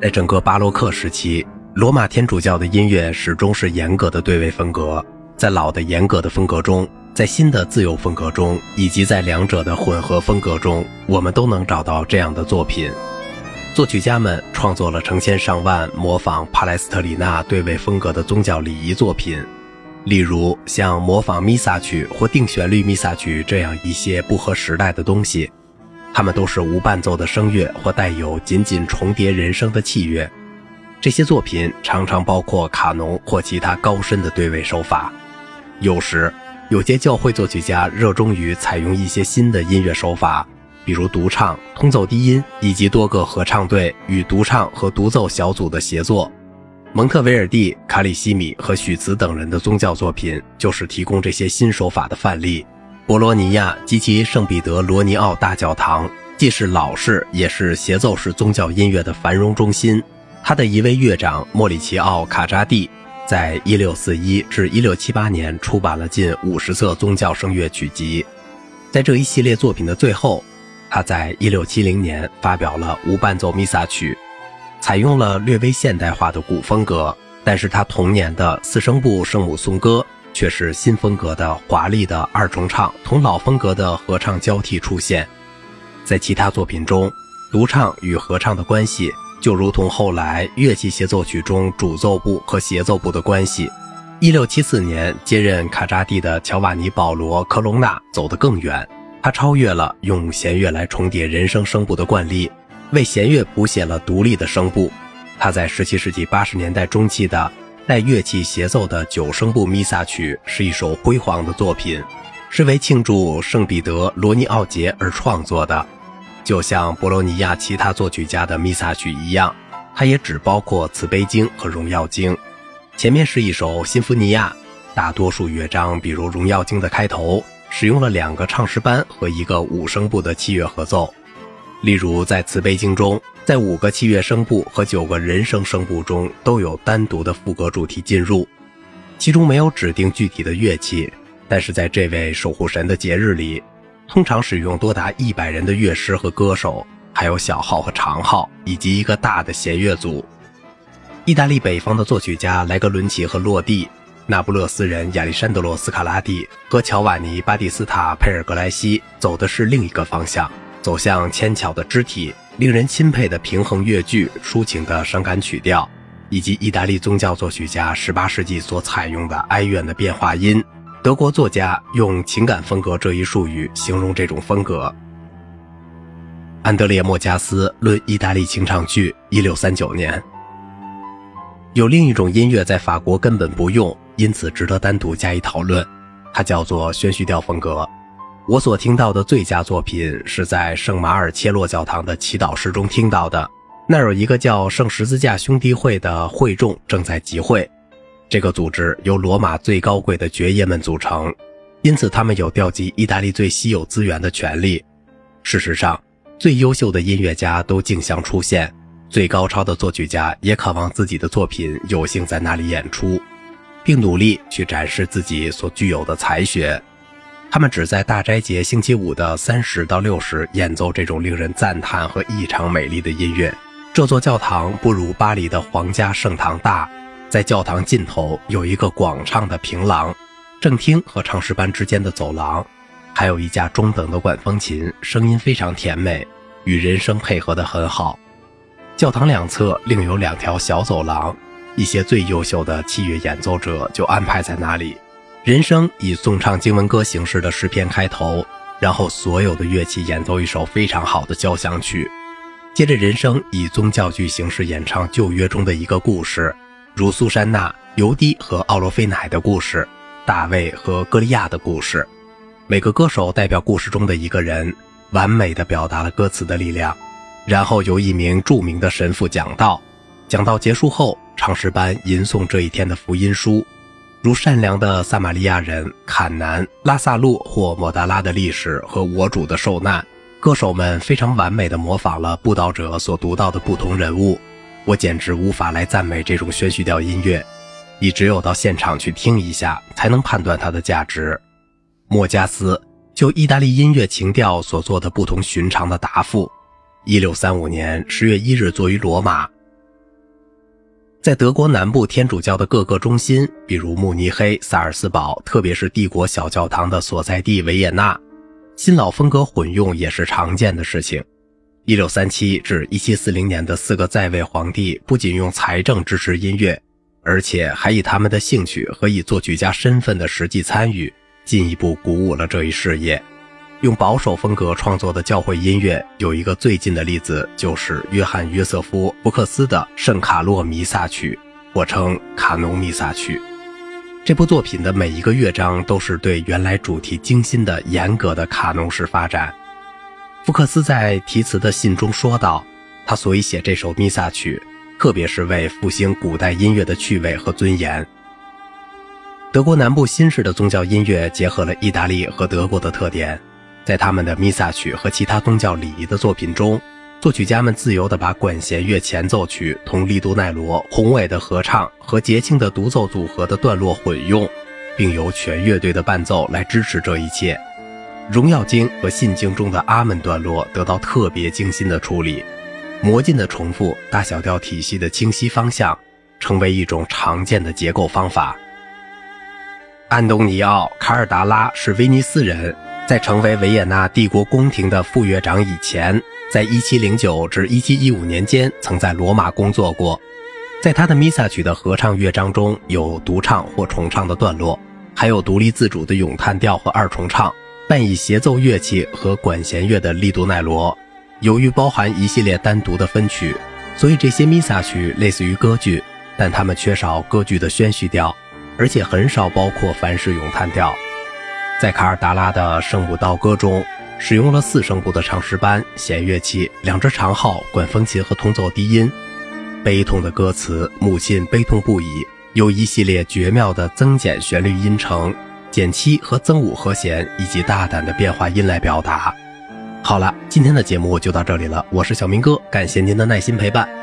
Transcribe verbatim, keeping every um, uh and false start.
在整个巴洛克时期，罗马天主教的音乐始终是严格的对位风格，在老的严格的风格中，在新的自由风格中，以及在两者的混合风格中，我们都能找到这样的作品。作曲家们创作了成千上万模仿帕莱斯特里纳对位风格的宗教礼仪作品，例如像模仿弥撒曲或定旋律弥撒曲这样一些不合时代的东西，它们都是无伴奏的声乐或带有仅仅重叠人声的器乐。这些作品常常包括卡农或其他高深的对位手法。有时有些教会作曲家热衷于采用一些新的音乐手法，比如独唱、通奏低音以及多个合唱队与独唱和独奏小组的协作。蒙特维尔第、卡里西米和许茨等人的宗教作品就是提供这些新手法的范例。博罗尼亚及其圣彼得罗尼奥大教堂既是老式也是协奏式宗教音乐的繁荣中心。他的一位乐长莫里奇奥·卡扎蒂在一六四一至一六七八年出版了近五十册宗教声乐曲集。在这一系列作品的最后，他在一六七零年发表了无伴奏弥撒曲，采用了略微现代化的古风格，但是他同年的四声部圣母颂歌却是新风格的华丽的二重唱同老风格的合唱交替出现。在其他作品中，独唱与合唱的关系就如同后来乐器协奏曲中主奏部和协奏部的关系。一六七四年接任卡扎蒂的乔瓦尼·保罗·科隆纳走得更远，他超越了用弦乐来重叠人声声部的惯例，为弦乐谱写了独立的声部。他在十七世纪八十年代中期的带乐器协奏的九声部弥撒曲是一首辉煌的作品，是为庆祝圣彼得罗尼奥节而创作的。就像博洛尼亚其他作曲家的弥撒曲一样，它也只包括慈悲经和荣耀经。前面是一首新福尼亚，大多数乐章比如荣耀经的开头使用了两个唱诗班和一个五声部的器乐合奏。例如在慈悲经中，在五个器乐声部和九个人声声部中都有单独的副歌主题进入，其中没有指定具体的乐器，但是在这位守护神的节日里，通常使用多达一百人的乐师和歌手，还有小号和长号，以及一个大的弦乐组。意大利北方的作曲家莱格伦齐和洛蒂，那不勒斯人亚历山德罗斯卡拉蒂和乔瓦尼巴蒂斯塔佩尔格莱西走的是另一个方向，走向纤巧的肢体、令人钦佩的平衡乐句、抒情的伤感曲调，以及意大利宗教作曲家十八世纪所采用的哀怨的变化音。德国作家用情感风格这一术语形容这种风格。安德烈莫加斯论意大利清唱剧一六三九年。有另一种音乐在法国根本不用，因此值得单独加以讨论，它叫做宣叙调风格。我所听到的最佳作品是在圣马尔切洛教堂的祈祷室中听到的，那儿有一个叫圣十字架兄弟会的会众正在集会。这个组织由罗马最高贵的爵爷们组成，因此他们有调集意大利最稀有资源的权利。事实上，最优秀的音乐家都竞相出现，最高超的作曲家也渴望自己的作品有幸在那里演出，并努力去展示自己所具有的才学。他们只在大斋节星期五的三十到六时演奏这种令人赞叹和异常美丽的音乐。这座教堂不如巴黎的皇家圣堂大，在教堂尽头有一个广敞的平廊，正厅和唱诗班之间的走廊，还有一架中等的管风琴，声音非常甜美，与人声配合得很好。教堂两侧另有两条小走廊，一些最优秀的器乐演奏者就安排在那里。人声以颂唱经文歌形式的诗篇开头，然后所有的乐器演奏一首非常好的交响曲，接着人声以宗教剧形式演唱旧约中的一个故事，如苏珊娜、尤迪和奥洛菲乃的故事，大卫和歌利亚的故事。每个歌手代表故事中的一个人，完美地表达了歌词的力量，然后由一名著名的神父讲道。讲道结束后，唱诗班吟诵这一天的福音书，如善良的撒玛利亚人、坎南、拉萨路或抹大拉的历史和我主的受难。歌手们非常完美地模仿了布道者所读到的不同人物，我简直无法来赞美这种宣叙调音乐，你只有到现场去听一下才能判断它的价值。莫加斯就意大利音乐情调所做的不同寻常的答复，一六三五年十月一日作于罗马。 在德国南部天主教的各个中心，比如慕尼黑、萨尔斯堡，特别是帝国小教堂的所在地维也纳，新老风格混用也是常见的事情。一六三七至一七四零年的四个在位皇帝不仅用财政支持音乐，而且还以他们的兴趣和以作曲家身份的实际参与，进一步鼓舞了这一事业。用保守风格创作的教会音乐有一个最近的例子，就是约翰约瑟夫福克斯的圣卡洛弥撒曲，或称卡农弥撒曲。这部作品的每一个乐章都是对原来主题精心的严格的卡农式发展。福克斯在题词的信中说道，他所以写这首弥撒曲，特别是为复兴古代音乐的趣味和尊严。德国南部新式的宗教音乐结合了意大利和德国的特点，在他们的弥撒曲和其他宗教礼仪的作品中，作曲家们自由地把管弦乐前奏曲同利都奈罗宏伟的合唱和节庆的独奏组合的段落混用，并由全乐队的伴奏来支持这一切。荣耀经和信经中的阿门段落得到特别精心的处理，魔镜的重复、大小调体系的清晰方向，成为一种常见的结构方法。安东尼奥·卡尔达拉是威尼斯人，在成为维也纳帝国宫廷的副乐长以前，在一七零九至一七一五年间曾在罗马工作过。在他的弥撒曲的合唱乐章中有独唱或重唱的段落，还有独立自主的咏叹调和二重唱，伴以协奏乐器和管弦乐的利都奈罗。由于包含一系列单独的分曲，所以这些弥撒曲类似于歌剧，但它们缺少歌剧的宣叙调，而且很少包括梵式咏叹调。在卡尔达拉的圣母道歌中，使用了四声部的唱诗班、弦乐器、两只长号、管风琴和同奏低音。悲痛的歌词，母亲悲痛不已，有一系列绝妙的增减旋律音程、减七和增五和弦以及大胆的变化音来表达。好了，今天的节目就到这里了，我是小明哥，感谢您的耐心陪伴。